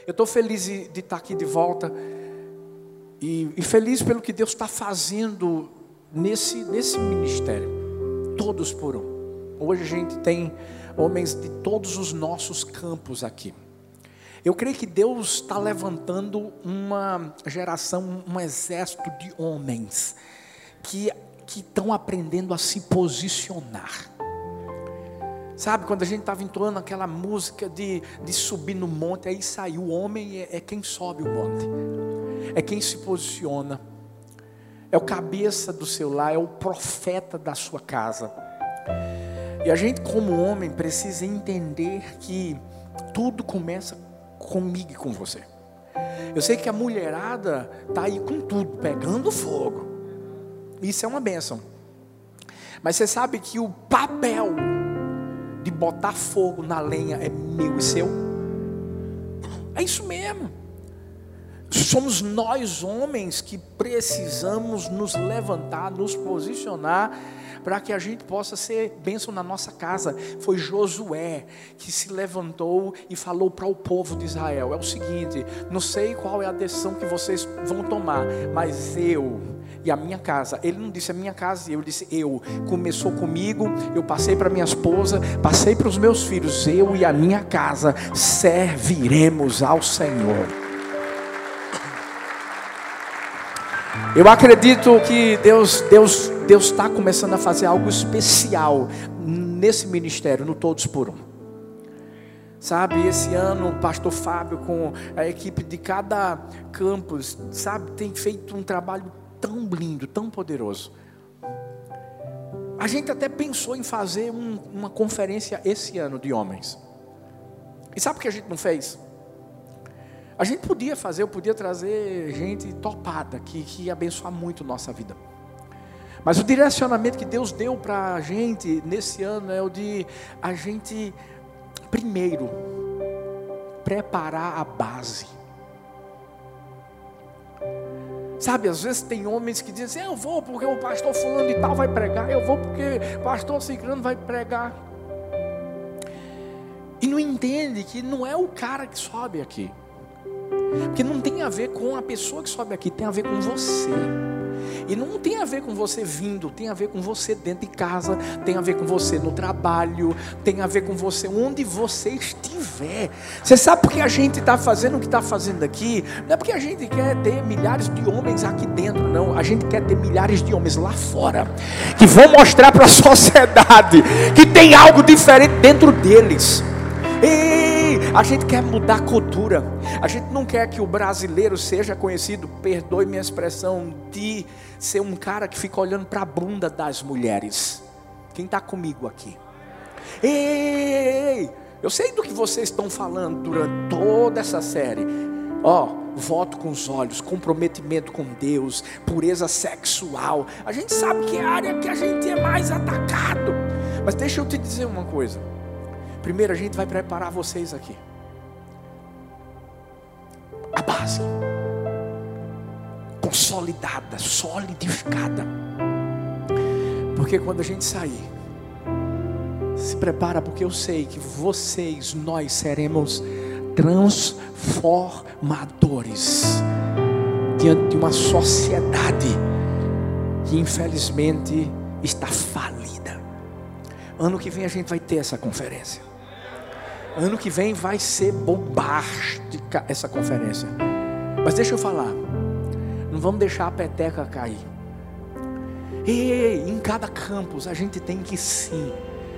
Eu estou feliz de estar aqui de volta. E feliz pelo que Deus está fazendo nesse ministério. Todos por um. Hoje a gente tem homens de todos os nossos campos aqui. Eu creio que Deus está levantando uma geração, um exército de homens que estão aprendendo a se posicionar. Sabe, quando a gente estava entoando aquela música de subir no monte, aí saiu, o homem é quem sobe o monte, é quem se posiciona, é o cabeça do seu lar, é o profeta da sua casa. E a gente como homem precisa entender que tudo começa comigo e com você. Eu sei que a mulherada está aí com tudo, pegando fogo. Isso é uma bênção. Mas você sabe que o papel de botar fogo na lenha é meu e seu? É isso mesmo. Somos nós homens que precisamos nos levantar, nos posicionar, para que a gente possa ser bênção na nossa casa. Foi Josué que se levantou e falou para o povo de Israel: é o seguinte, não sei qual é a decisão que vocês vão tomar, mas eu e a minha casa. Ele não disse a minha casa, ele disse eu. Começou comigo, eu passei para minha esposa, passei para os meus filhos. Eu e a minha casa serviremos ao Senhor. Eu acredito que Deus está começando a fazer algo especial nesse ministério, no Todos por Um. Sabe, esse ano o pastor Fábio com a equipe de cada campus, sabe, tem feito um trabalho tão lindo, tão poderoso. A gente até pensou em fazer uma conferência esse ano de homens. E sabe o que a gente não fez? A gente podia fazer, eu podia trazer gente topada, que ia abençoar muito nossa vida. Mas o direcionamento que Deus deu para a gente nesse ano é o de a gente, primeiro, preparar a base. Sabe, às vezes tem homens que dizem assim, eu vou porque o pastor fulano de tal vai pregar, eu vou porque o pastor ciclano vai pregar. E não entende que não é o cara que sobe aqui. Porque não tem a ver com a pessoa que sobe aqui, tem a ver com você. E não tem a ver com você vindo, tem a ver com você dentro de casa, tem a ver com você no trabalho, tem a ver com você onde você estiver. Você sabe por que a gente está fazendo o que está fazendo aqui? Não é porque a gente quer ter milhares de homens aqui dentro, não. A gente quer ter milhares de homens lá fora, que vão mostrar para a sociedade que tem algo diferente dentro deles. Ei, a gente quer mudar a cultura. A gente não quer que o brasileiro seja conhecido, perdoe minha expressão, de ser um cara que fica olhando para a bunda das mulheres. Quem está comigo aqui? Ei, eu sei do que vocês estão falando durante toda essa série. Voto com os olhos, comprometimento com Deus, pureza sexual. A gente sabe que é a área que a gente é mais atacado. Mas deixa eu te dizer uma coisa. Primeiro a gente vai preparar vocês aqui. A base consolidada, solidificada. Porque quando a gente sair, se prepara, porque eu sei que nós seremos transformadores diante de uma sociedade que infelizmente está falida. Ano que vem a gente vai ter essa conferência. Ano que vem vai ser bombástica essa conferência. Mas deixa eu falar, não vamos deixar a peteca cair. Em cada campus a gente tem que sim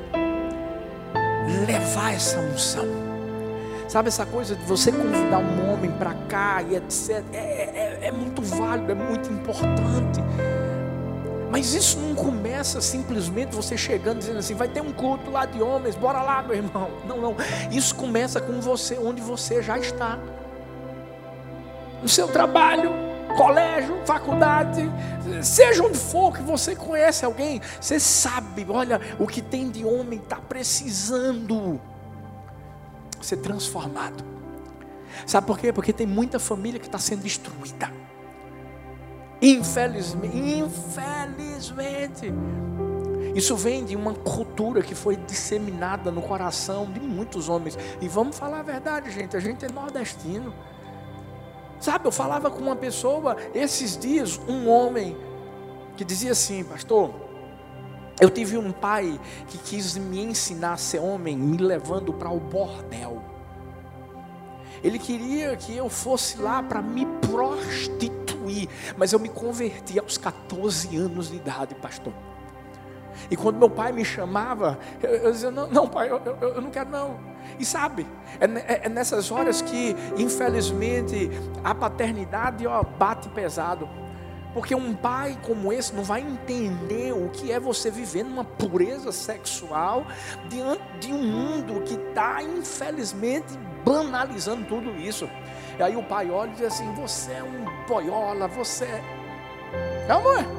levar essa unção. Sabe essa coisa de você convidar um homem para cá e etc. É muito válido, é muito importante. Mas isso não começa simplesmente você chegando dizendo assim, vai ter um culto lá de homens, bora lá meu irmão. Não, isso começa com você, onde você já está. No seu trabalho, colégio, faculdade, seja onde for que você conhece alguém, você sabe, olha, o que tem de homem está precisando ser transformado. Sabe por quê? Porque tem muita família que está sendo destruída. Infelizmente. Isso vem de uma cultura que foi disseminada no coração de muitos homens. E vamos falar a verdade, gente, a gente é nordestino. Sabe, eu falava com uma pessoa esses dias, um homem, que dizia assim: pastor, eu tive um pai que quis me ensinar a ser homem, me levando para o bordel. Ele queria que eu fosse lá para me prostituir, mas eu me converti aos 14 anos de idade, pastor. E quando meu pai me chamava, eu dizia: não pai, eu não quero não. E sabe, é nessas horas que infelizmente a paternidade bate pesado. Porque um pai como esse não vai entender o que é você viver numa pureza sexual diante de um mundo que está infelizmente banalizando tudo isso. E aí o pai olha e diz assim: você é um boiola, você é... Não é?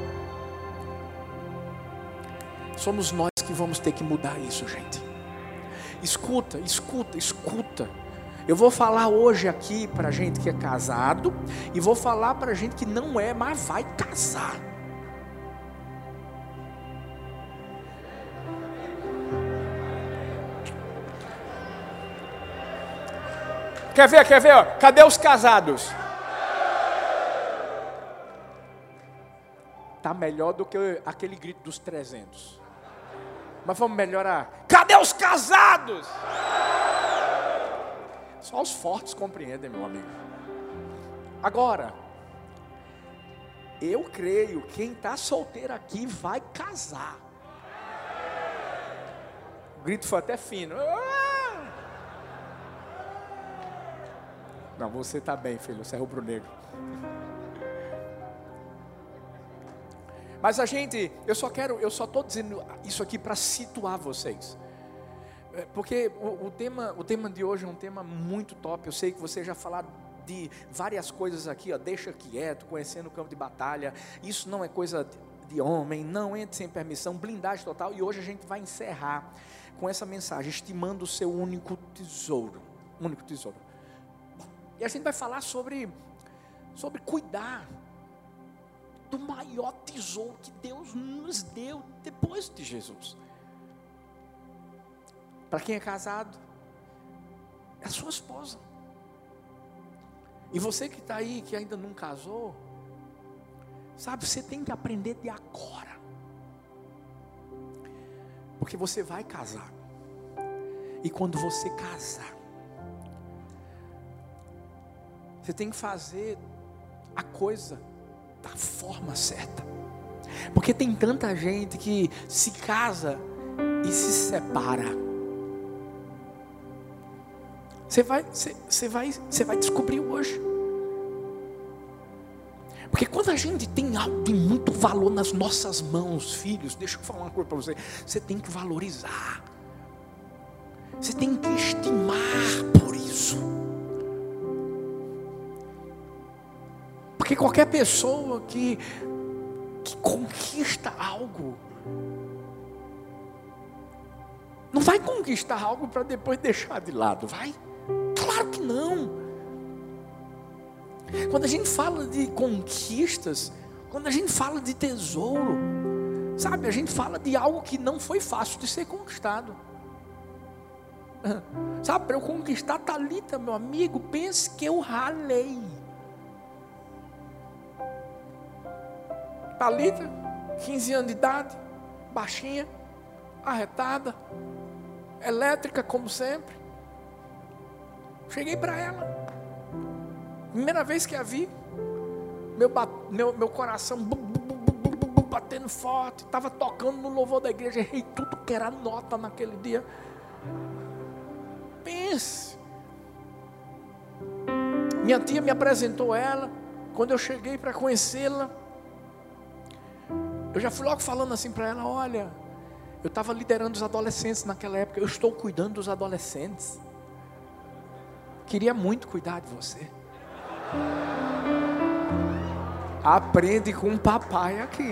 Somos nós que vamos ter que mudar isso, gente. Escuta, escuta, escuta. Eu vou falar hoje aqui para gente que é casado, e vou falar para gente que não é, mas vai casar. Quer ver, ó. Cadê os casados? Tá melhor do que aquele grito dos 300. Mas vamos melhorar. Cadê os casados? Só os fortes compreendem, meu amigo. Agora, eu creio que quem está solteiro aqui vai casar. O grito foi até fino. Não, você está bem, filho, você é rubro-negro. Mas eu só estou dizendo isso aqui para situar vocês. Porque o tema de hoje é um tema muito top. Eu sei que você já falou de várias coisas aqui, deixa quieto, conhecendo o campo de batalha. Isso não é coisa de homem, não entre sem permissão, blindagem total. E hoje a gente vai encerrar com essa mensagem: estimando o seu único tesouro. Único tesouro. E a gente vai falar sobre cuidar do maior tesouro que Deus nos deu depois de Jesus. Para quem é casado, é a sua esposa. E você que está aí, que ainda não casou, sabe, você tem que aprender de agora. Porque você vai casar. E quando você casar, você tem que fazer a coisa da forma certa. Porque tem tanta gente que se casa e se separa. Você vai descobrir hoje. Porque quando a gente tem algo de muito valor nas nossas mãos, filhos, deixa eu falar uma coisa para você. Você tem que valorizar. Você tem que estimar por isso. Porque qualquer pessoa que conquista algo, não vai conquistar algo para depois deixar de lado, vai? Claro que não. Quando a gente fala de conquistas, quando a gente fala de tesouro, sabe, a gente fala de algo que não foi fácil de ser conquistado. Sabe, para eu conquistar Thalita, meu amigo, pense que eu ralei. Thalita, 15 anos de idade, baixinha, arretada, elétrica como sempre. Cheguei para ela, primeira vez que a vi, meu coração batendo forte, estava tocando no louvor da igreja, errei tudo que era nota naquele dia. Pense, minha tia me apresentou ela. Quando eu cheguei para conhecê-la, eu já fui logo falando assim para ela: olha, eu estava liderando os adolescentes naquela época, eu estou cuidando dos adolescentes. Queria muito cuidar de você. Aprende com o papai aqui.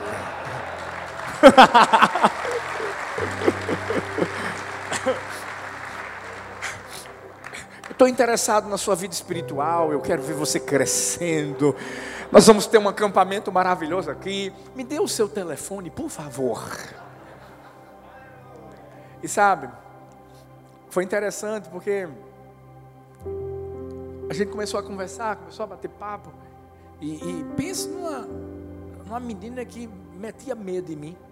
Eu estou interessado na sua vida espiritual. Eu quero ver você crescendo. Nós vamos ter um acampamento maravilhoso aqui. Me dê o seu telefone, por favor. E sabe, foi interessante porque a gente começou a conversar, começou a bater papo. E pense numa menina que metia medo em mim.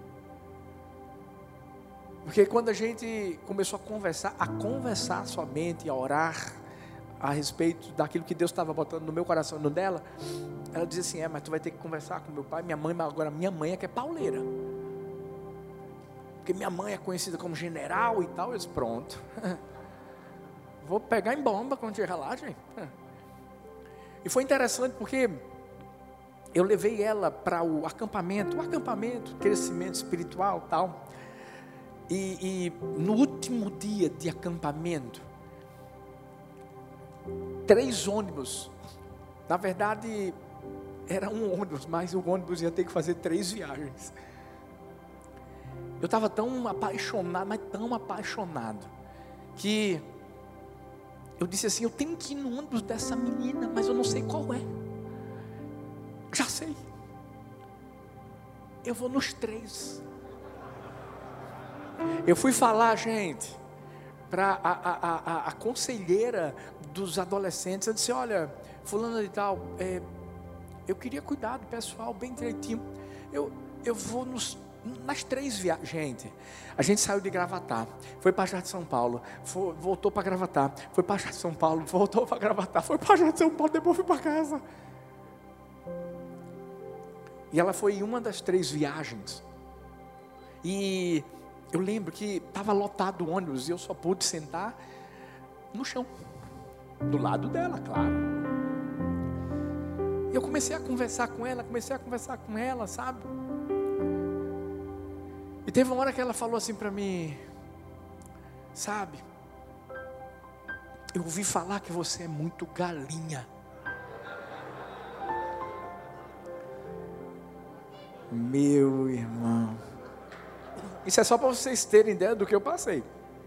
Porque quando a gente começou a conversar somente, a orar a respeito daquilo que Deus estava botando no meu coração e no dela, ela dizia assim: mas tu vai ter que conversar com meu pai, minha mãe, mas agora minha mãe é que é pauleira. Porque minha mãe é conhecida como general e tal. Eu disse: pronto. Vou pegar em bomba quando chegar lá, gente. E foi interessante porque eu levei ela para o acampamento, crescimento espiritual e tal. E no último dia de acampamento, 3 ônibus, na verdade era um ônibus, mas o ônibus ia ter que fazer 3 viagens. Eu estava tão apaixonado, mas tão apaixonado, que eu disse assim: eu tenho que ir no ônibus dessa menina, mas eu não sei qual é. Já sei, eu vou nos 3. Eu fui falar, gente, para a conselheira dos adolescentes. Eu disse: olha, fulana de tal, eu queria cuidar do pessoal bem direitinho. Eu vou nas 3 viagens. Gente, a gente saiu de Gravatá, foi para Jardim de São Paulo, voltou para Gravatá, foi para Jardim de São Paulo, voltou para Gravatá, foi para Jardim de São Paulo, depois foi para casa. E ela foi em uma das 3 viagens. E eu lembro que estava lotado o ônibus e eu só pude sentar no chão, do lado dela, claro. E eu comecei a conversar com ela, sabe? E teve uma hora que ela falou assim para mim: sabe, eu ouvi falar que você é muito galinha. Meu irmão, isso é só para vocês terem ideia do que eu passei.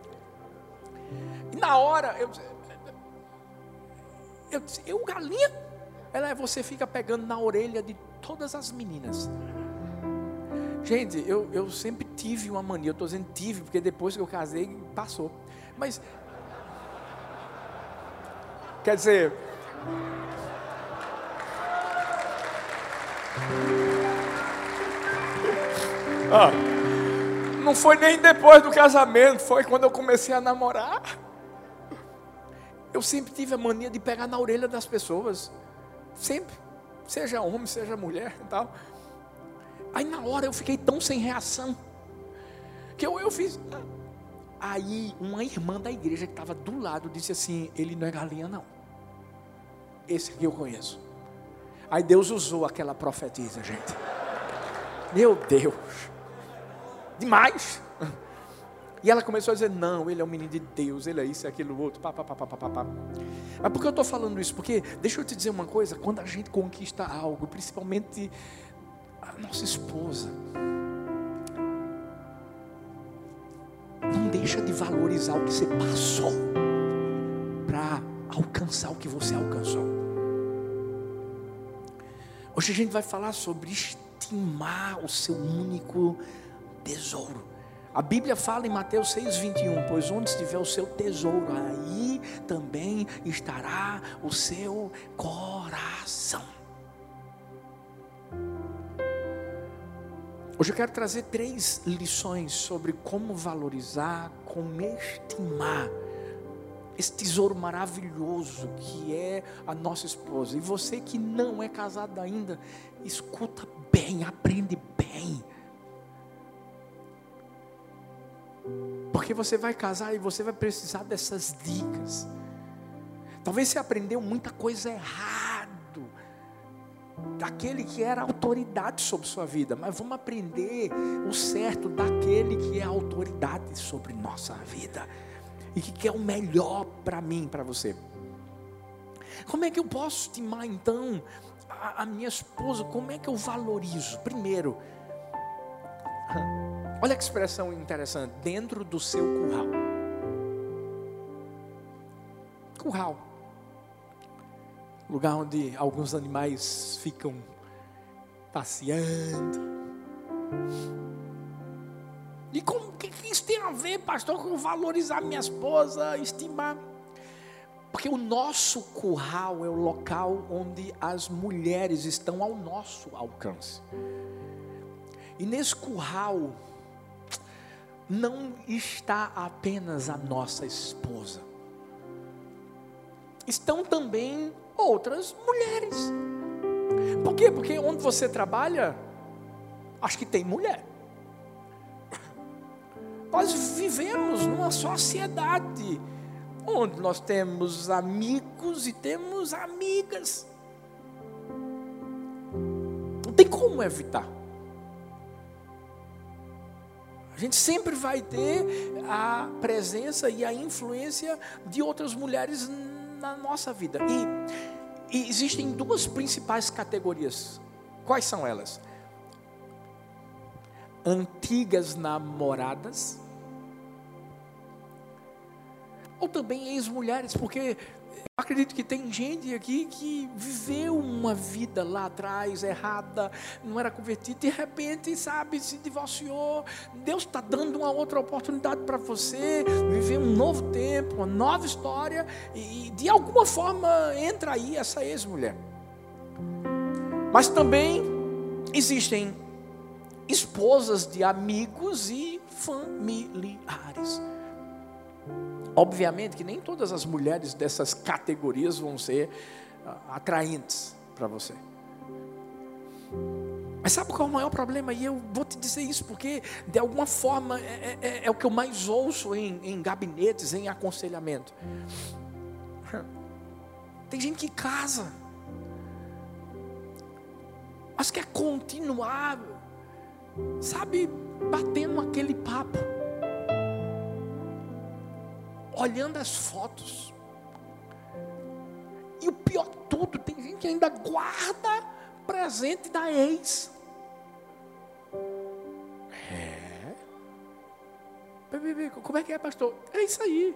E na hora, eu disse: eu galinha? Ela: você fica pegando na orelha de todas as meninas. Gente, eu sempre tive uma mania. Eu estou dizendo tive, porque depois que eu casei, passou. Mas, quer dizer, não foi nem depois do casamento, foi quando eu comecei a namorar. Eu sempre tive a mania de pegar na orelha das pessoas, sempre, seja homem, seja mulher e tal. Aí na hora eu fiquei tão sem reação, que eu fiz. Aí uma irmã da igreja que estava do lado disse assim: ele não é galinha não, esse aqui eu conheço. Aí Deus usou aquela profetisa, gente. Meu Deus, demais. E ela começou a dizer: não, ele é um menino de Deus, ele é isso, é aquilo, outro, pá. Mas por que eu estou falando isso? Porque, deixa eu te dizer uma coisa, quando a gente conquista algo, principalmente a nossa esposa, não deixa de valorizar o que você passou para alcançar o que você alcançou. Hoje a gente vai falar sobre estimar o seu único tesouro. A Bíblia fala em Mateus 6,21: pois onde estiver o seu tesouro, aí também estará o seu coração. Hoje eu quero trazer 3 lições sobre como valorizar, como estimar esse tesouro maravilhoso que é a nossa esposa. E você que não é casado ainda, escuta bem, aprende bem. Porque você vai casar e você vai precisar dessas dicas. Talvez você aprendeu muita coisa errada daquele que era autoridade sobre sua vida, mas vamos aprender o certo daquele que é autoridade sobre nossa vida e que quer o melhor para mim, para você. Como é que eu posso estimar então a minha esposa? Como é que eu valorizo? Primeiro, olha que expressão interessante: dentro do seu curral. Curral, lugar onde alguns animais ficam passeando. E como que isso tem a ver, pastor, com valorizar minha esposa, estimar? Porque o nosso curral é o local onde as mulheres estão ao nosso alcance. E nesse curral não está apenas a nossa esposa. Estão também outras mulheres. Por quê? Porque onde você trabalha, acho que tem mulher. Nós vivemos numa sociedade onde nós temos amigos e temos amigas. Não tem como evitar. A gente sempre vai ter a presença e a influência de outras mulheres na nossa vida. E existem duas principais categorias. Quais são elas? Antigas namoradas, ou também ex-mulheres, porque eu acredito que tem gente aqui que viveu uma vida lá atrás errada, não era convertido, de repente, sabe, se divorciou. Deus está dando uma outra oportunidade para você viver um novo tempo, uma nova história, e de alguma forma entra aí essa ex-mulher. Mas também existem esposas de amigos e familiares. Obviamente que nem todas as mulheres dessas categorias vão ser atraentes para você. Mas sabe qual é o maior problema? E eu vou te dizer isso porque de alguma forma é o que eu mais ouço em gabinetes, em aconselhamento. Tem gente que casa, mas quer continuar, sabe, batendo aquele papo, olhando as fotos. E o pior de tudo, tem gente que ainda guarda presente da ex. Como é que é, pastor? É isso aí.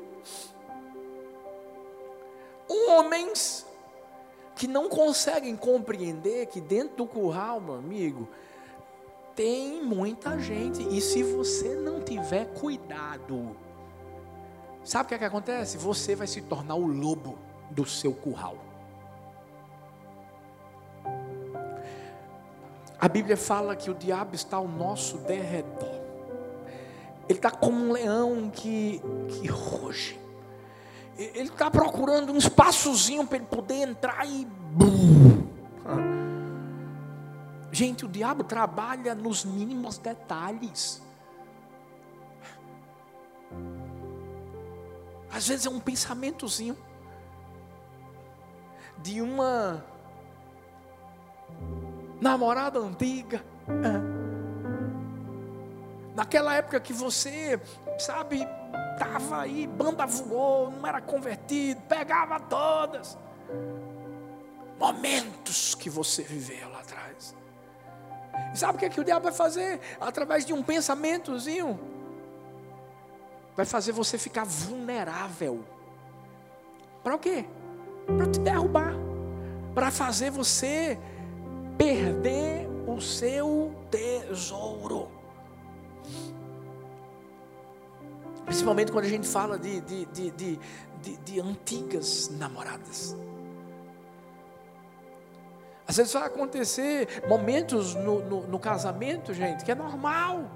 Homens que não conseguem compreender que dentro do curral, meu amigo, tem muita gente. E se você não tiver cuidado, sabe o que acontece? Você vai se tornar o lobo do seu curral. A Bíblia fala que o diabo está ao nosso derredor. Ele está como um leão que ruge. Ele está procurando um espaçozinho para ele poder entrar e... Gente, o diabo trabalha nos mínimos detalhes. Às vezes é um pensamentozinho de uma namorada antiga, naquela época que você, sabe, estava aí, banda voou, não era convertido, pegava todas. Momentos que você viveu lá atrás. E sabe o que o diabo vai fazer? Através de um pensamentozinho, vai fazer você ficar vulnerável. Para o quê? Para te derrubar. Para fazer você perder o seu tesouro. Principalmente quando a gente fala de antigas namoradas. Às vezes vai acontecer momentos no casamento, gente, que é normal.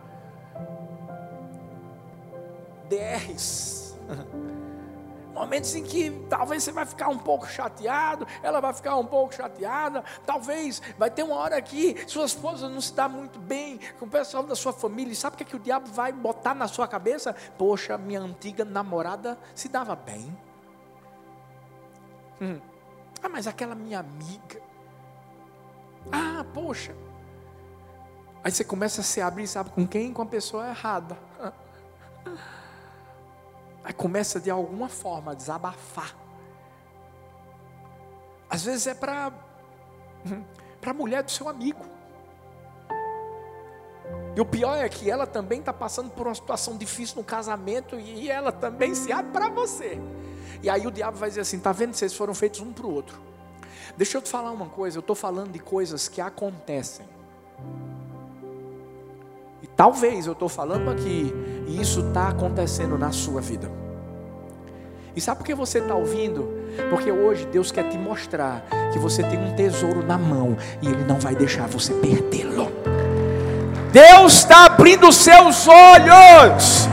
DRs. Momentos em que talvez você vai ficar um pouco chateado, ela vai ficar um pouco chateada, talvez vai ter uma hora que sua esposa não se dá muito bem com o pessoal da sua família. E sabe o que o diabo vai botar na sua cabeça? Poxa, minha antiga namorada se dava bem. Mas aquela minha amiga. Poxa. Aí você começa a se abrir, sabe com quem? Com a pessoa errada. Aí começa de alguma forma a desabafar. Às vezes é para a mulher do seu amigo. E o pior é que ela também está passando por uma situação difícil no casamento, e ela também se abre para você. E aí o diabo vai dizer assim: está vendo? Vocês foram feitos um para o outro. Deixa eu te falar uma coisa. Eu estou falando de coisas que acontecem. E Talvez eu estou falando aqui e isso está acontecendo na sua vida. E sabe por que você está ouvindo? Porque hoje Deus quer te mostrar que você tem um tesouro na mão e Ele não vai deixar você perdê-lo. Deus está abrindo os seus olhos.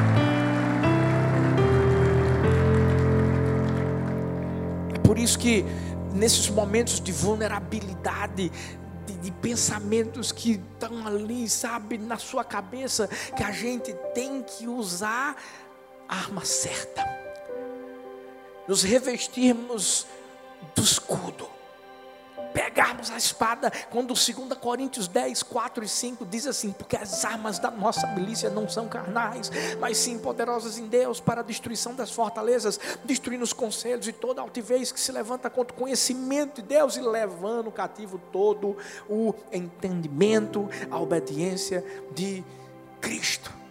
É por isso que nesses momentos de vulnerabilidade, de pensamentos que estão ali, sabe, na sua cabeça, que a gente tem que usar a arma certa, nos revestirmos do escudo, pegarmos a espada, quando 2 Coríntios 10, 4 e 5 diz assim: porque as armas da nossa milícia não são carnais, mas sim poderosas em Deus para a destruição das fortalezas, destruindo os conselhos e toda altivez que se levanta contra o conhecimento de Deus, e levando cativo todo o entendimento à obediência de Cristo.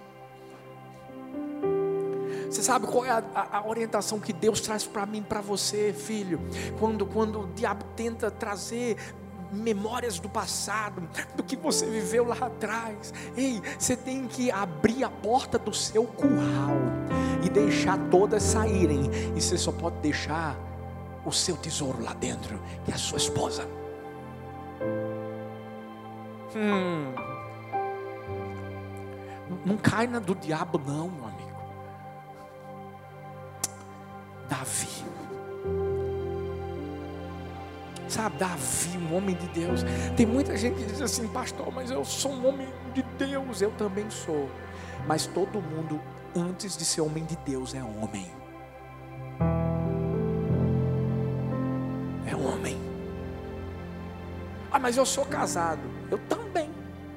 Você sabe qual é a orientação que Deus traz para mim, para você, filho? Quando o diabo tenta trazer memórias do passado, do que você viveu lá atrás. Ei, você tem que abrir a porta do seu curral e deixar todas saírem. E você só pode deixar o seu tesouro lá dentro, que é a sua esposa. Não cai na do diabo não, meu amigo. Davi, sabe, Davi, um homem de Deus. Tem muita gente que diz assim: pastor, mas eu sou um homem de Deus. Eu também sou, mas todo mundo antes de ser homem de Deus é homem. É homem. Ah, mas eu sou casado. Eu também.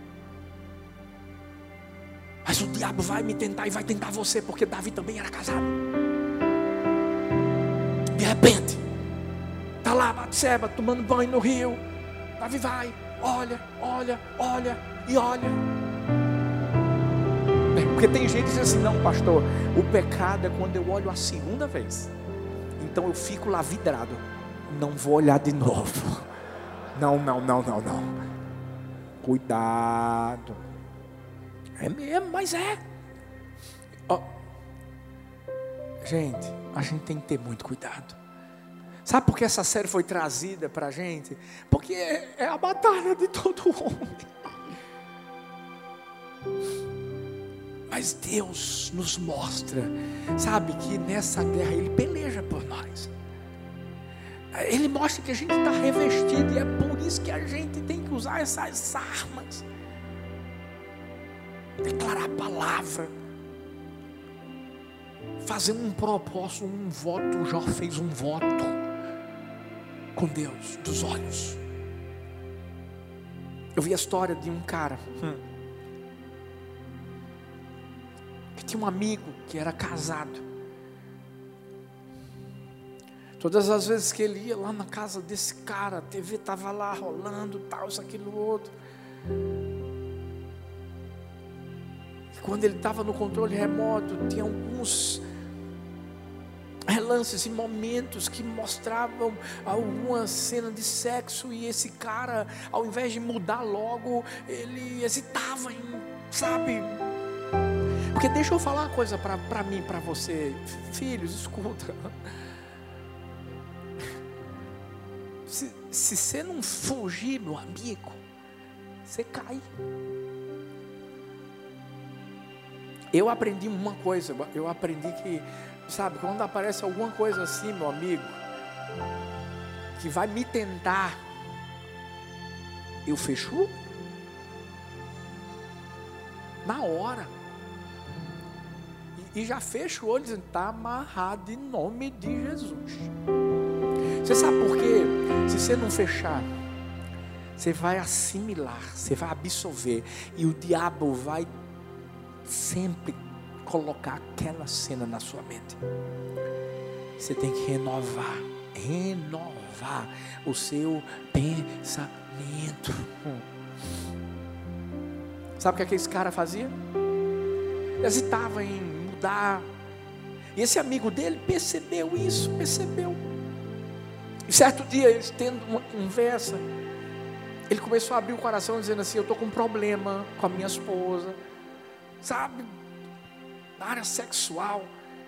Mas o diabo vai me tentar e vai tentar você, porque Davi também era casado. De repente, está lá Batseba tomando banho no rio. Davi vai, olha e olha. Porque tem gente que diz assim: não, pastor, o pecado é quando eu olho a segunda vez. Então eu fico lá vidrado. Não vou olhar de novo. Não. Cuidado. É mesmo, mas é. Gente, a gente tem que ter muito cuidado. Sabe por que essa série foi trazida para a gente? Porque é a batalha de todo homem. Mas Deus nos mostra, sabe, que nessa guerra Ele peleja por nós. Ele mostra que a gente está revestido, e é por isso que a gente tem que usar essas armas. Declarar a palavra, fazer um propósito, um voto. Já fez um voto com Deus dos olhos. Eu vi a história de um cara que tinha um amigo que era casado. Todas as vezes que ele ia lá na casa desse cara, a TV estava lá rolando, tal, isso, aquilo, outro. E quando ele estava no controle remoto, tinha alguns relances e momentos que mostravam alguma cena de sexo, e esse cara, ao invés de mudar logo, ele hesitava em, sabe? Porque deixa eu falar uma coisa para mim, para você, filhos, escuta. Se você não fugir, meu amigo, você cai. Eu aprendi uma coisa, eu aprendi que, sabe, quando aparece alguma coisa assim, meu amigo, que vai me tentar, eu fecho na hora. E já fecho o olho dizendo: está amarrado em nome de Jesus. Você sabe por quê? Se você não fechar, você vai assimilar, você vai absorver, e o diabo vai sempre colocar aquela cena na sua mente. Você tem que renovar o seu pensamento. Sabe o que aquele cara fazia? Hesitava em mudar. E esse amigo dele percebeu isso, E certo dia, eles tendo uma conversa, Ele começou a abrir o coração dizendo assim: eu estou com um problema com a minha esposa, sabe, na área sexual.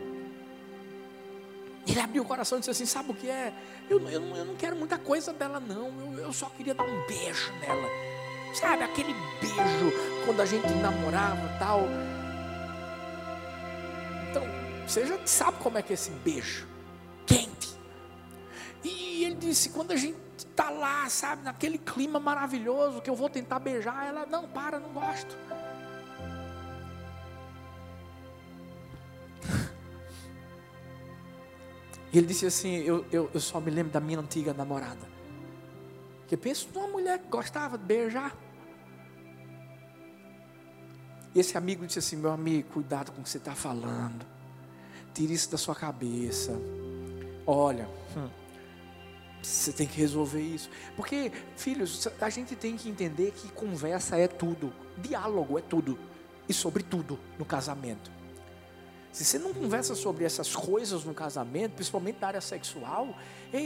Ele abriu o coração e disse assim: sabe o que é? Eu não quero muita coisa dela não, eu só queria dar um beijo nela. Sabe, aquele beijo quando a gente namorava e tal. Então, você já sabe como é que é esse beijo, quente. E ele disse: quando a gente está lá, sabe, naquele clima maravilhoso, que eu vou tentar beijar ela, não, para, não gosto. E ele disse assim: eu só me lembro da minha antiga namorada. Porque penso numa mulher que gostava de beijar. E esse amigo disse assim: meu amigo, cuidado com o que você está falando. Tire isso da sua cabeça. Olha, você tem que resolver isso. Porque, filhos, a gente tem que entender que conversa é tudo. Diálogo é tudo. E sobre tudo no casamento. Se você não conversa sobre essas coisas no casamento, principalmente na área sexual,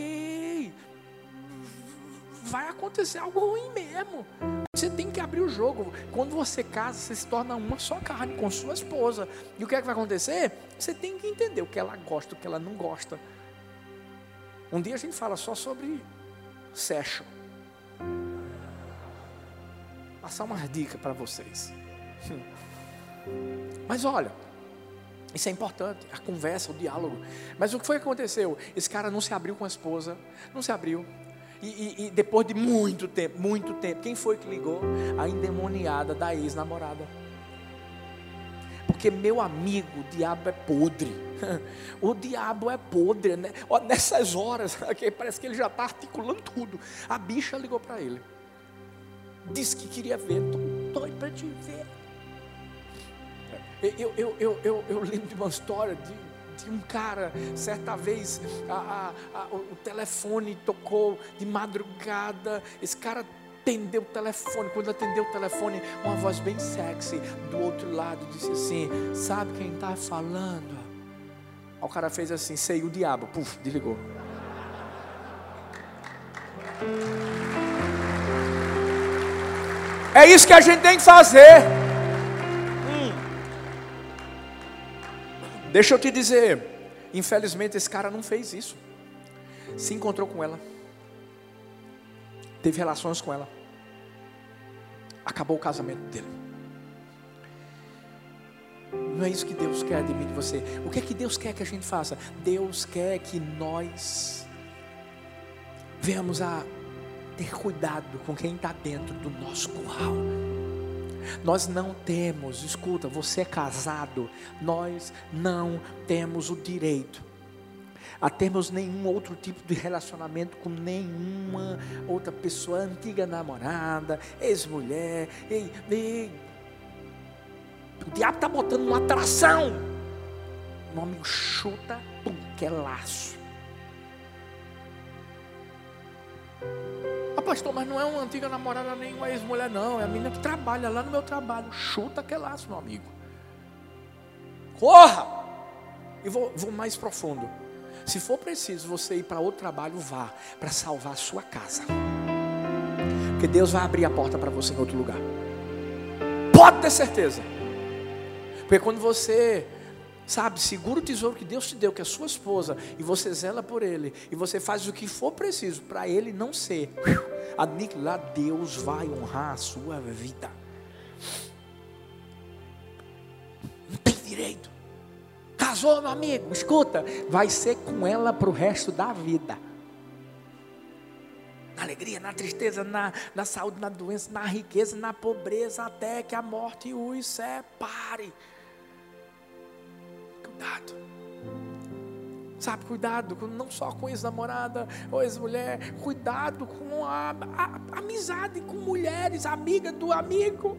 vai acontecer algo ruim mesmo. Você tem que abrir o jogo. Quando você casa, você se torna uma só carne com sua esposa. E o que é que vai acontecer? Você tem que entender o que ela gosta, o que ela não gosta. Um dia a gente fala só sobre sexo. Passar umas dicas para vocês. Mas olha, isso é importante, a conversa, o diálogo. Mas o que foi que aconteceu? Esse cara não se abriu com a esposa, não se abriu. E depois de muito tempo, quem foi que ligou? A endemoniada da ex-namorada. Porque, meu amigo, o diabo é podre. O diabo é podre, né? Nessas horas, parece que ele já está articulando tudo. A bicha ligou para ele. Disse que queria ver. Estou doido para te ver. Eu lembro de uma história de um cara, certa vez o telefone tocou de madrugada. Esse cara atendeu o telefone. Quando atendeu o telefone, uma voz bem sexy do outro lado disse assim: sabe quem está falando? Aí o cara fez assim: sei, o diabo. Puf, desligou. É isso que a gente tem que fazer. Deixa eu te dizer, infelizmente esse cara não fez isso. Se encontrou com ela, teve relações com ela, acabou o casamento dele. Não é isso que Deus quer de mim e de você. O que é que Deus quer que a gente faça? Deus quer que nós venhamos a ter cuidado com quem está dentro do nosso curral. Nós não temos, escuta, você é casado, nós não temos o direito a termos nenhum outro tipo de relacionamento com nenhuma outra pessoa, antiga namorada, ex-mulher. O diabo está botando uma atração. Meu amigo, chuta, pum, que é laço. Pastor, mas não é uma antiga namorada nem uma ex-mulher não, é a menina que trabalha lá no meu trabalho. Chuta que é laço, meu amigo. Corra! E vou mais profundo. Se for preciso você ir para outro trabalho, vá, para salvar a sua casa. Porque Deus vai abrir a porta para você em outro lugar. Pode ter certeza. Porque quando você, sabe, segura o tesouro que Deus te deu, que é a sua esposa, e você zela por ele, e você faz o que for preciso para ele não ser aniquilado, Deus vai honrar a sua vida. Não tem direito. Casou, meu amigo, escuta, vai ser com ela para o resto da vida. Na alegria, na tristeza, na saúde, na doença, na riqueza, na pobreza, até que a morte os separe. Cuidado. Sabe, cuidado não só com ex-namorada ou ex-mulher, cuidado com a amizade com mulheres, amiga do amigo.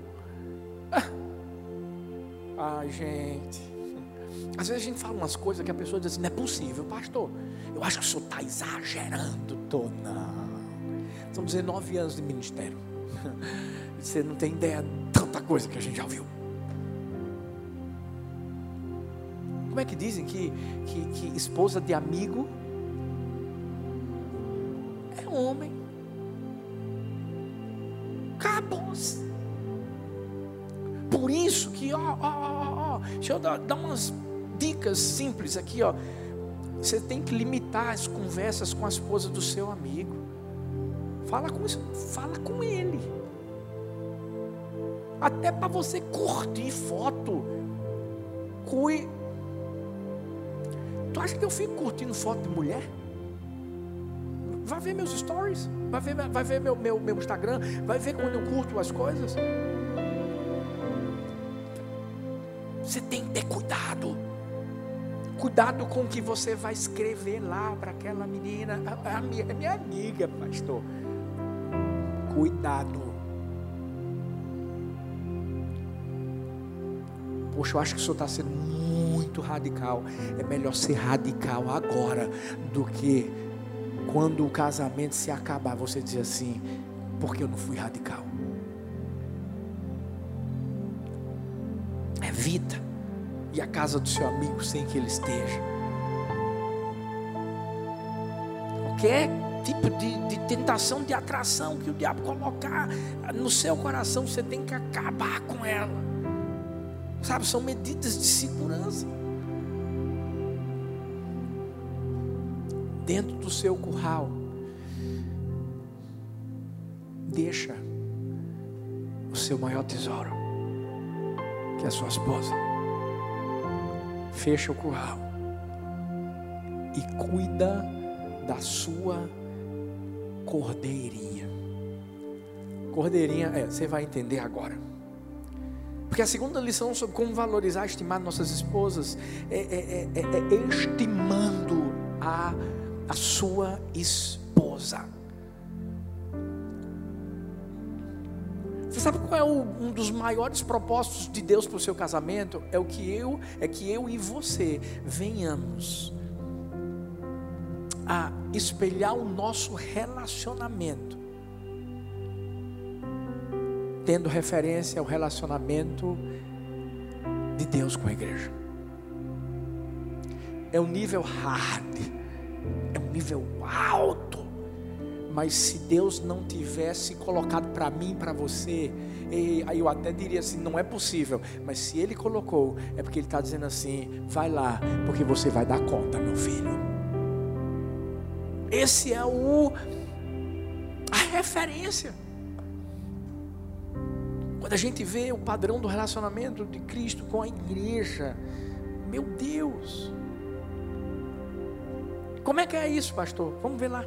Ai, gente, às vezes a gente fala umas coisas que a pessoa diz assim: não é possível, pastor, eu acho que o senhor está exagerando. Não, são 19 anos de ministério. Você não tem ideia de tanta coisa que a gente já ouviu. Como é que dizem que esposa de amigo é homem? esposa. Por isso que, deixa eu dar umas dicas simples aqui, Você tem que limitar as conversas com a esposa do seu amigo. Fala com ele. Até para você curtir foto. Tu acha que eu fico curtindo foto de mulher? Vai ver meus stories, vai ver meu Instagram, vai ver quando eu curto as coisas. Você tem que ter cuidado. Cuidado com o que você vai escrever lá para aquela menina. É minha amiga, pastor. Cuidado. Poxa, eu acho que o senhor está sendo muito radical. É melhor ser radical agora do que quando o casamento se acabar, você dizer assim: porque eu não fui radical. Evita ir à casa do seu amigo sem que ele esteja. Qualquer tipo de tentação, de atração que o diabo colocar no seu coração, você tem que acabar com ela. Sabe, são medidas de segurança. Dentro do seu curral, deixa o seu maior tesouro, que é a sua esposa. Fecha o curral e cuida da sua cordeirinha. Cordeirinha, você vai entender agora. Porque a segunda lição sobre como valorizar, estimar nossas esposas é estimando a sua esposa. Você sabe qual é um dos maiores propósitos de Deus para o seu casamento? É que eu e você venhamos a espelhar o nosso relacionamento, tendo referência ao relacionamento de Deus com a igreja. É um nível hard, é um nível alto. Mas se Deus não tivesse colocado para mim, para você, aí eu até diria assim, não é possível. Mas se Ele colocou, é porque Ele está dizendo assim: vai lá, porque você vai dar conta, meu filho. Esse é a referência. Quando a gente vê o padrão do relacionamento de Cristo com a igreja, meu Deus, como é que é isso, pastor? Vamos ver lá.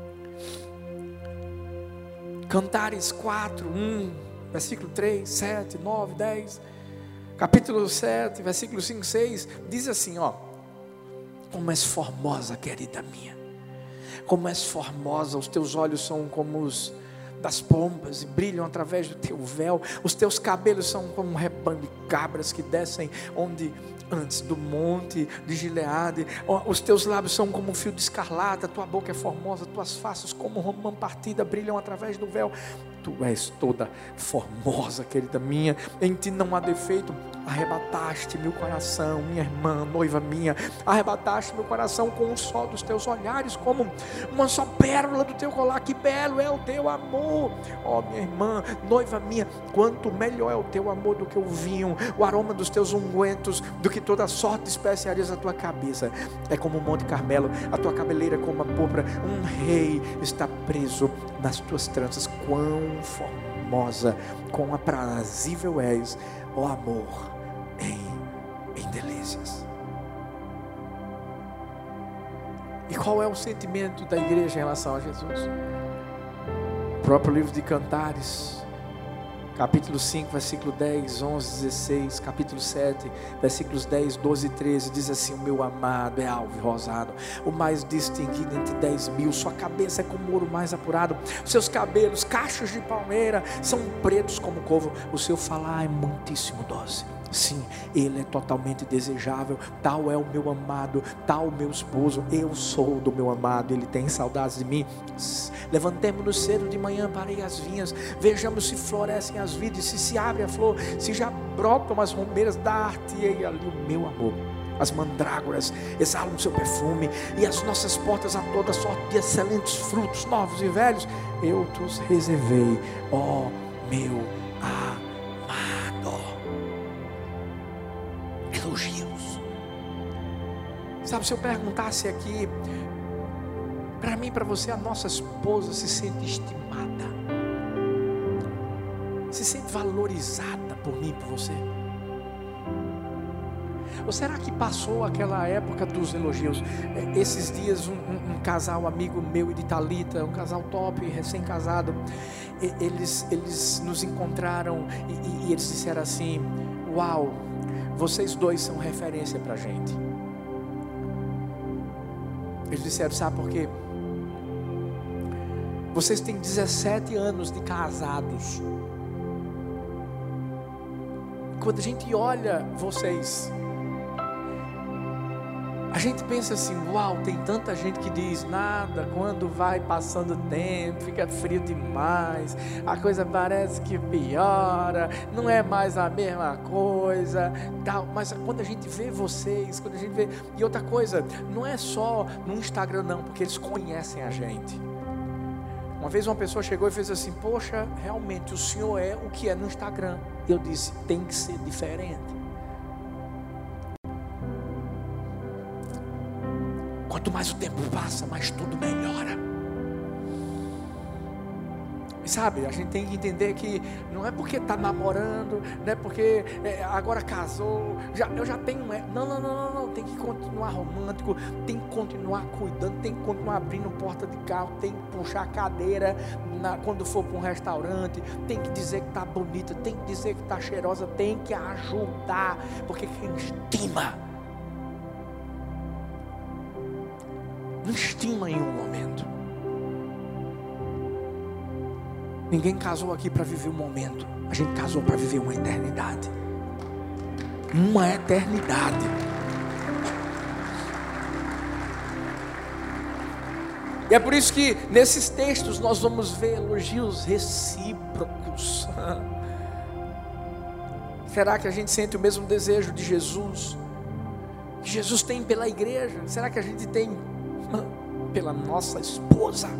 Cantares 4, 1, versículo 3, 7, 9, 10. Capítulo 7, versículo 5, 6. Diz assim, como és formosa, querida minha. Como és formosa, os teus olhos são como os das pombas e brilham através do teu véu. Os teus cabelos são como um rebanho de cabras que descem antes do monte de Gileade. Os teus lábios são como um fio de escarlata, tua boca é formosa, tuas faces como romã partida brilham através do véu. Tu és toda formosa, querida minha, em ti não há defeito. Arrebataste meu coração, minha irmã, noiva minha. Arrebataste meu coração com um só dos teus olhares, como uma só pérola do teu colar. Que belo é o teu amor, minha irmã, noiva minha. Quanto melhor é o teu amor do que o vinho, o aroma dos teus ungüentos, do que toda sorte de especiarias da tua cabeça. É como o Monte Carmelo, a tua cabeleira como a púrpura. Um rei está preso nas tuas tranças. Quão formosa, quão aprazível és, ó amor, em delícias. E qual é o sentimento da igreja em relação a Jesus? O próprio livro de Cantares, capítulo 5, versículo 10, 11, 16, capítulo 7, versículos 10, 12 e 13, diz assim: o meu amado é alvo e rosado, o mais distinguido entre 10.000, sua cabeça é como ouro mais apurado, seus cabelos, cachos de palmeira, são pretos como couve, o seu falar é muitíssimo doce. Sim, ele é totalmente desejável. Tal é o meu amado, tal o meu esposo. Eu sou do meu amado, ele tem saudades de mim. Levantemo-nos cedo de manhã para ir às vinhas, vejamos se florescem as vides, se abre a flor, se já brotam as romeiras. Dar-te-ei ali o meu amor. As mandrágoras exalam o seu perfume, e as nossas portas a toda sorte de excelentes frutos, novos e velhos, eu te os reservei, ó meu amado. Elogios. Sabe, se eu perguntasse aqui, para mim, para você, a nossa esposa se sente estimada, se sente valorizada por mim, por você? Ou será que passou aquela época dos elogios? Esses dias um casal amigo meu e de Thalita, um casal top, recém-casado, eles nos encontraram e eles disseram assim: uau, vocês dois são referência para a gente. Eles disseram, sabe por quê? Vocês têm 17 anos de casados. Quando a gente olha vocês, a gente pensa assim: uau, tem tanta gente que diz nada, quando vai passando o tempo, fica frio demais, a coisa parece que piora, não é mais a mesma coisa, tal. Mas quando a gente vê vocês, quando a gente vê... E outra coisa, não é só no Instagram não, porque eles conhecem a gente. Uma vez uma pessoa chegou e fez assim: poxa, realmente o senhor é o que é no Instagram. Eu disse: tem que ser diferente. Quanto mais o tempo passa, mais tudo melhora. E sabe, a gente tem que entender que não é porque está namorando, não é porque agora casou, eu já tenho... Não, tem que continuar romântico, tem que continuar cuidando, tem que continuar abrindo porta de carro, tem que puxar a cadeira quando for para um restaurante, tem que dizer que está bonita, tem que dizer que está cheirosa, tem que ajudar, porque quem estima, não estima em um momento. Ninguém casou aqui para viver um momento. A gente casou para viver uma eternidade. Uma eternidade. E é por isso que nesses textos nós vamos ver elogios recíprocos. Será que a gente sente o mesmo desejo de Jesus? Que Jesus tem pela igreja? Será que a gente tem pela nossa esposa?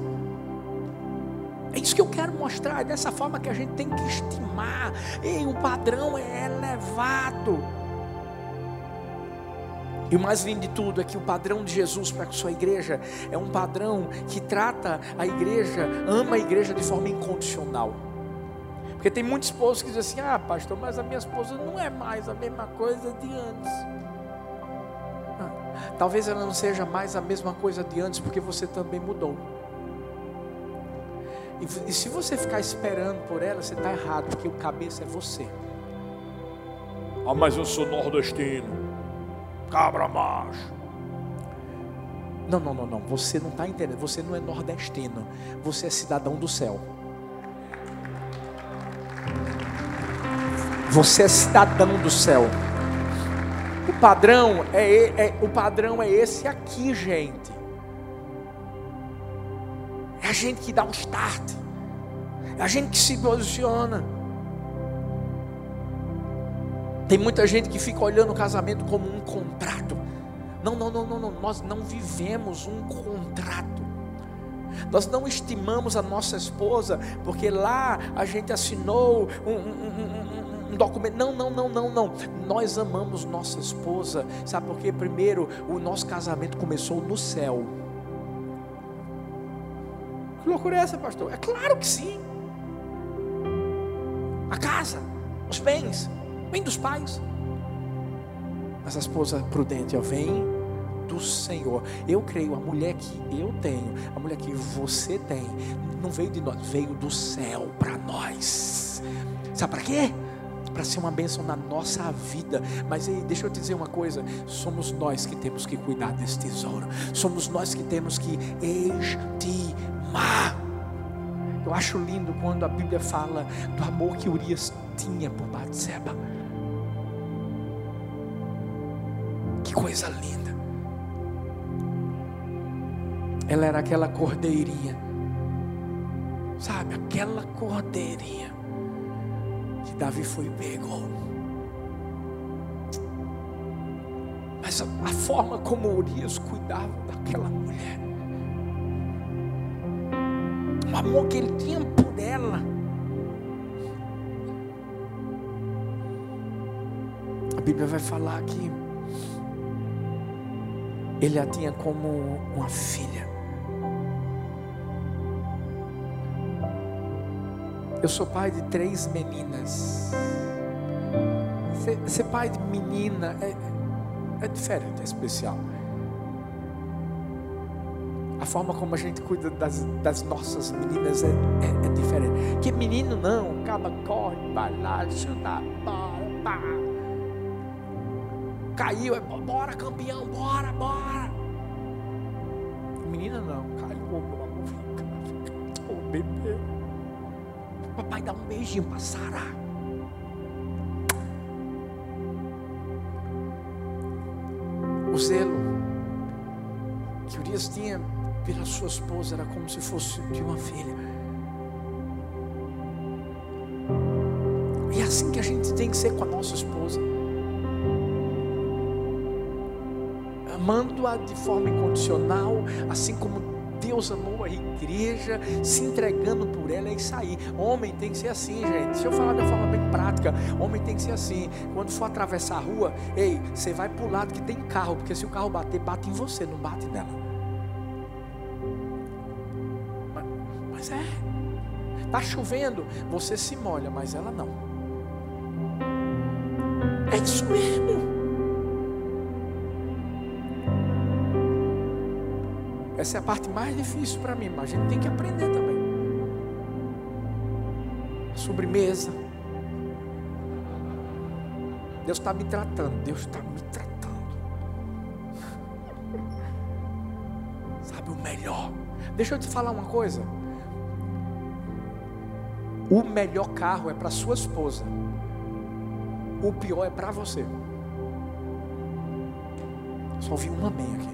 É isso que eu quero mostrar. É dessa forma que a gente tem que estimar. E o padrão é elevado. E o mais lindo de tudo é que o padrão de Jesus para a sua igreja é um padrão que trata a igreja, ama a igreja de forma incondicional. Porque tem muitos esposos que dizem assim: ah, pastor, mas a minha esposa não é mais a mesma coisa de antes. Talvez ela não seja mais a mesma coisa de antes, porque você também mudou. E se você ficar esperando por ela, você está errado, porque o cabeça é você. Ah, mas eu sou nordestino, cabra macho. Não, você não está entendendo. Você não é nordestino, você é cidadão do céu. Você é cidadão do céu. O padrão é esse aqui, gente. É a gente que dá um start. É a gente que se posiciona. Tem muita gente que fica olhando o casamento como um contrato. Não. Nós não vivemos um contrato. Nós não estimamos a nossa esposa porque lá a gente assinou um documento. Não. Nós amamos nossa esposa. Sabe por quê? Primeiro, o nosso casamento começou no céu. Que loucura é essa, pastor? É claro que sim. A casa, os bens, vem dos pais. Mas a esposa prudente, vem do Senhor. Eu creio, a mulher que eu tenho, a mulher que você tem, não veio de nós, veio do céu para nós. Sabe para quê? Para ser uma bênção na nossa vida. Mas aí, deixa eu te dizer uma coisa: somos nós que temos que cuidar desse tesouro. Somos nós que temos que estimar. Eu acho lindo quando a Bíblia fala do amor que Urias tinha por Batseba. Que coisa linda. Ela era aquela cordeirinha, sabe, aquela cordeirinha que Davi foi e pegou. Mas a forma como Urias cuidava daquela mulher, o amor que ele tinha por ela, Bíblia vai falar que ele a tinha como uma filha. Eu sou pai de 3 meninas. Ser pai de menina é diferente, é especial. A forma como a gente cuida das nossas meninas é diferente. Que menino não, acaba, corre, vai lá, chuta, bora, pá. Caiu, bora campeão, bora. Menina não, caiu, meu amor, fica, ô bebê. Papai dá um beijinho para sarar. O zelo que Urias tinha pela sua esposa era como se fosse de uma filha. E é assim que a gente tem que ser com a nossa esposa, amando-a de forma incondicional, assim como Deus amou a igreja, se entregando por ela. É isso aí. Homem tem que ser assim, gente. Deixa eu falar de uma forma bem prática. Homem tem que ser assim. Quando for atravessar a rua, ei, você vai pro lado que tem carro, porque se o carro bater, bate em você, não bate nela. Mas tá chovendo, você se molha, mas ela não. É isso mesmo. Essa é a parte mais difícil para mim, mas a gente tem que aprender também. A sobremesa. Deus está me tratando. Sabe o melhor? Deixa eu te falar uma coisa. O melhor carro é para sua esposa. O pior é para você. Só ouvi um amém aqui.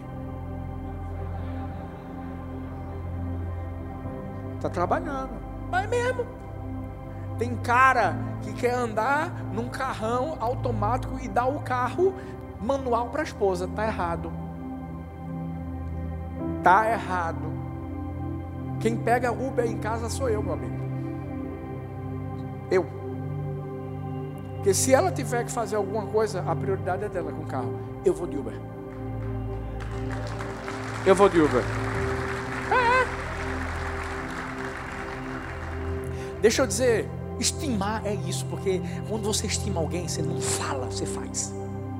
Está trabalhando, vai mesmo. Tem cara que quer andar num carrão automático e dar o carro manual para a esposa. Está errado. Está errado. Quem pega Uber em casa sou eu, meu amigo. Eu. Porque se ela tiver que fazer alguma coisa, a prioridade é dela com o carro. Eu vou de Uber. Deixa eu dizer, estimar é isso, porque quando você estima alguém, você não fala, você faz.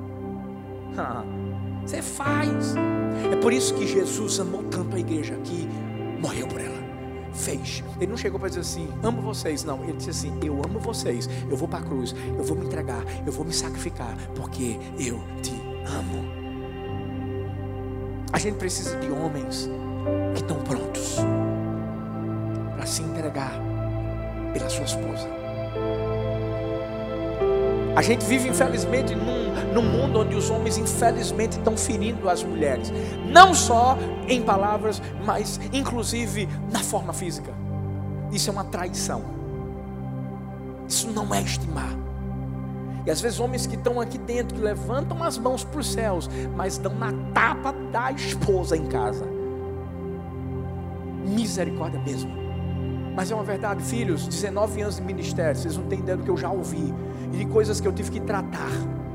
Você faz. É por isso que Jesus amou tanto a igreja que morreu por ela. Fez. Ele não chegou para dizer assim, amo vocês. Não, ele disse assim, eu amo vocês. Eu vou para a cruz, eu vou me entregar, eu vou me sacrificar, porque eu te amo. A gente precisa de homens que estão prontos para se entregar pela sua esposa. A gente vive infelizmente num mundo onde os homens infelizmente estão ferindo as mulheres, não só em palavras, mas inclusive na forma física. Isso é uma traição. Isso não é estimar. E às vezes homens que estão aqui dentro, que levantam as mãos para os céus, mas dão na tapa da esposa em casa. Misericórdia mesmo. Mas é uma verdade, filhos, 19 anos de ministério, vocês não têm ideia do que eu já ouvi, e de coisas que eu tive que tratar.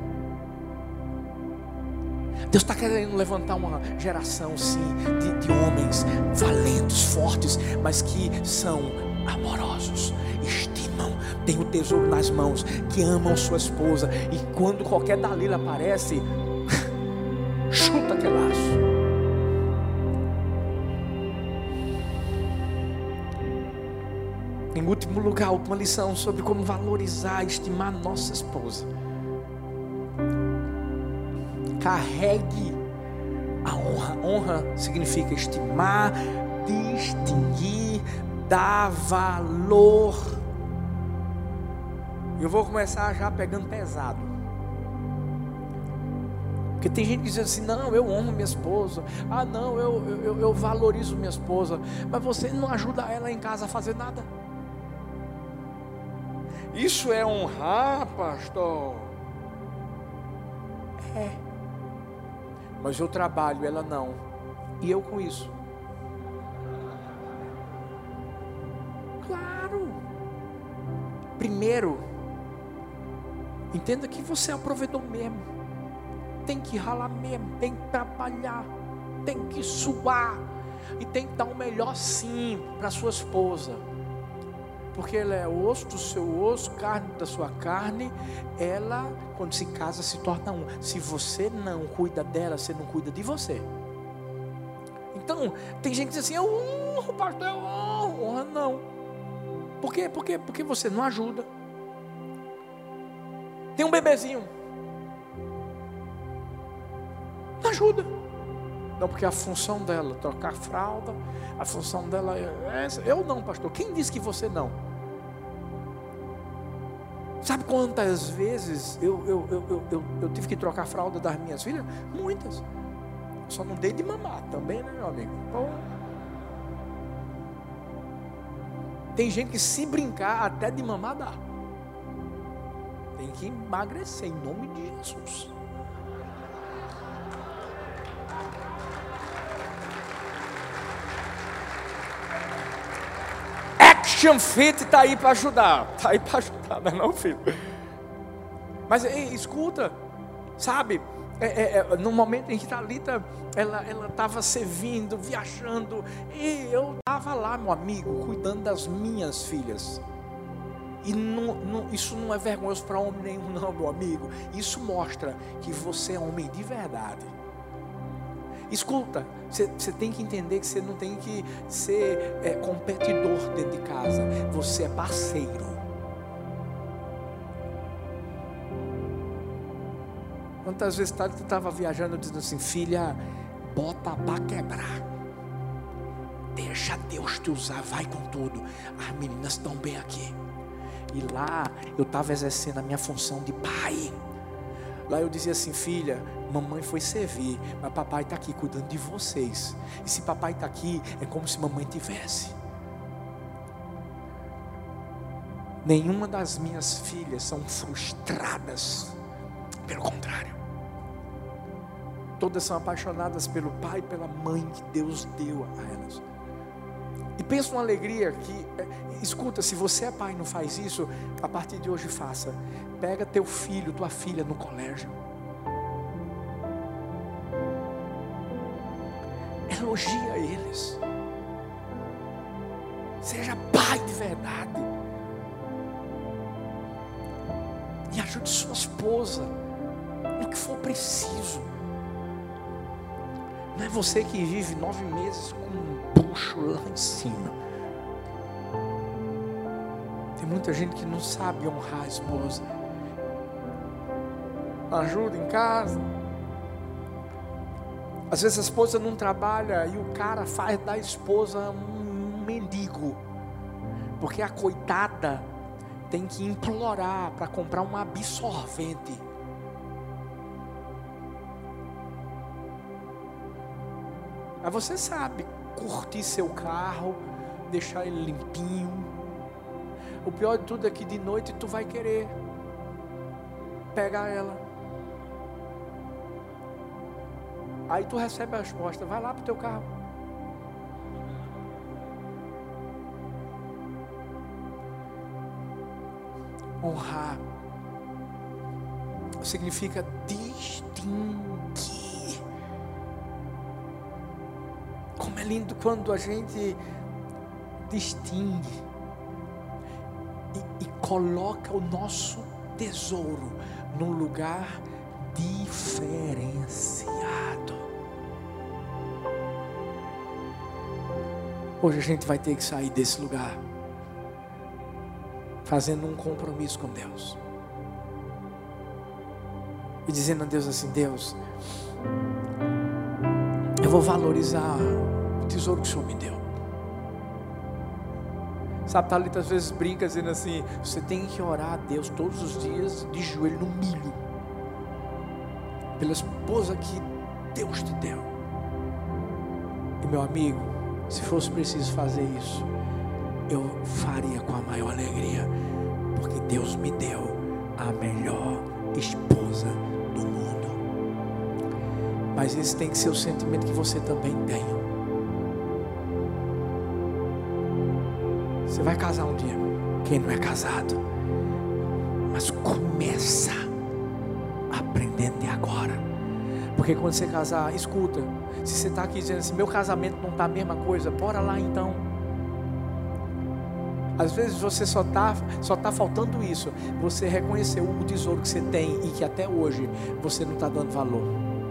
Deus está querendo levantar uma geração, sim, de homens valentos, fortes, mas que são amorosos, estimam, têm o tesouro nas mãos, que amam sua esposa, e quando qualquer Dalila aparece, chuta aquele laço. Em último lugar, a última lição sobre como valorizar, estimar nossa esposa. Carregue a honra. Honra significa estimar, distinguir, dar valor. Eu vou começar já pegando pesado. Porque tem gente que diz assim, não, eu honro minha esposa. Ah, não, eu valorizo minha esposa. Mas você não ajuda ela em casa a fazer nada. Isso é honrar, pastor? É. Mas eu trabalho, ela não. E eu com isso? Claro. Primeiro, Entenda que você é o provedor mesmo. Tem que ralar mesmo, tem que trabalhar, tem que suar. E tem que dar o melhor sim para sua esposa. Porque ela é osso do seu osso, carne da sua carne. Ela, quando se casa, se torna um. Se você não cuida dela, você não cuida de você. Então, tem gente que diz assim, eu honro, pastor, eu honro. Honra não. Por quê? Porque você não ajuda. Tem um bebezinho. Não ajuda. Não, porque a função dela, trocar fralda, a função dela é essa. Eu não, pastor. Quem disse que você não? Sabe quantas vezes eu tive que trocar a fralda das minhas filhas? Muitas. Só não dei de mamar também, né, meu amigo? Então, tem gente que se brincar até de mamar dá. Tem que emagrecer em nome de Jesus. Action Fit está aí para ajudar. Está aí para ajudar, não é não, filho? Mas escuta, sabe? No momento em que Thalita, ela estava servindo, viajando, e eu estava lá, meu amigo, cuidando das minhas filhas. E isso não é vergonhoso para homem nenhum, não, meu amigo. Isso mostra que você é homem de verdade. Escuta, você tem que entender que você não tem que ser competidor dentro de casa. Você é parceiro. Quantas vezes tu estava viajando dizendo assim, filha, bota para quebrar. Deixa Deus te usar, vai com tudo. As meninas estão bem aqui. E lá eu estava exercendo a minha função de pai. Lá eu dizia assim, filha, mamãe foi servir, mas papai está aqui cuidando de vocês. E se papai está aqui, é como se mamãe tivesse. Nenhuma das minhas filhas são frustradas. Pelo contrário. Todas são apaixonadas pelo pai e pela mãe que Deus deu a elas. E pensa uma alegria que, escuta, se você é pai e não faz isso, a partir de hoje faça. Pega teu filho, tua filha no colégio. Elogia eles. Seja pai de verdade. E ajude sua esposa no que for preciso. Não é você que vive 9 meses com um bucho lá em cima. Tem muita gente que não sabe honrar a esposa. Ajuda em casa. Às vezes a esposa não trabalha e o cara faz da esposa um mendigo. Porque a coitada tem que implorar para comprar um absorvente. Mas você sabe curtir seu carro, deixar ele limpinho. O pior de tudo é que de noite tu vai querer pegar ela. Aí tu recebe a resposta, vai lá pro teu carro. Honrar significa distinguir. Como é lindo quando a gente distingue e coloca o nosso tesouro num lugar diferenciado. Hoje a gente vai ter que sair desse lugar fazendo um compromisso com Deus e dizendo a Deus assim, Deus, eu vou valorizar o tesouro que o Senhor me deu. Sabe, Thalita às vezes brinca dizendo assim, você tem que orar a Deus todos os dias de joelho no milho pela esposa que Deus te deu. E meu amigo, se fosse preciso fazer isso, eu faria com a maior alegria, porque Deus me deu a melhor esposa do mundo. Mas esse tem que ser o sentimento que você também tem. Você vai casar um dia. Quem não é casado, Mas começa aprendendo de agora. Porque quando você casar, escuta, se você está aqui dizendo assim, meu casamento não está a mesma coisa, bora lá então. Às vezes você só tá faltando isso, você reconheceu o tesouro que você tem e que até hoje você não está dando valor.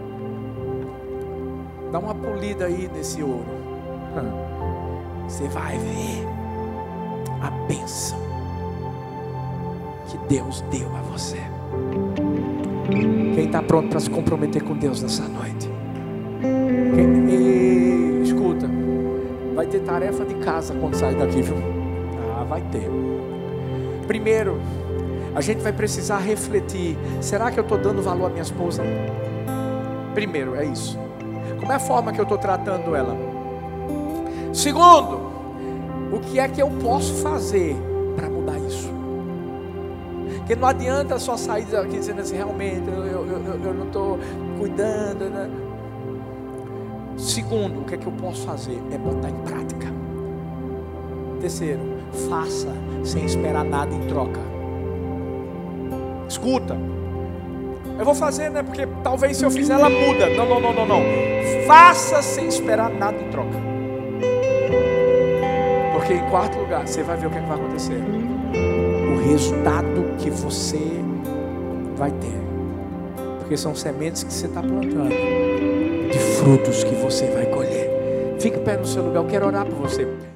Dá uma polida aí nesse ouro, você vai ver a bênção que Deus deu a você. Quem está pronto para se comprometer com Deus nessa noite? Escuta, vai ter tarefa de casa quando sair daqui, viu? Vai ter. Primeiro, a gente vai precisar refletir: será que eu estou dando valor à minha esposa? Primeiro, é isso. Como é a forma que eu estou tratando ela? Segundo, o que é que eu posso fazer para mudar isso? Porque não adianta só sair daqui dizendo assim, realmente eu não estou cuidando, né? Segundo, o que é que eu posso fazer? É botar em prática. Terceiro, faça sem esperar nada em troca. Escuta, eu vou fazer, né? Porque talvez se eu fizer ela muda. Não. Faça sem esperar nada em troca. Porque em quarto lugar, você vai ver o que é que vai acontecer. O resultado que você vai ter. Porque são sementes que você está plantando, de frutos que você vai colher. Fique em pé no seu lugar, eu quero orar por você.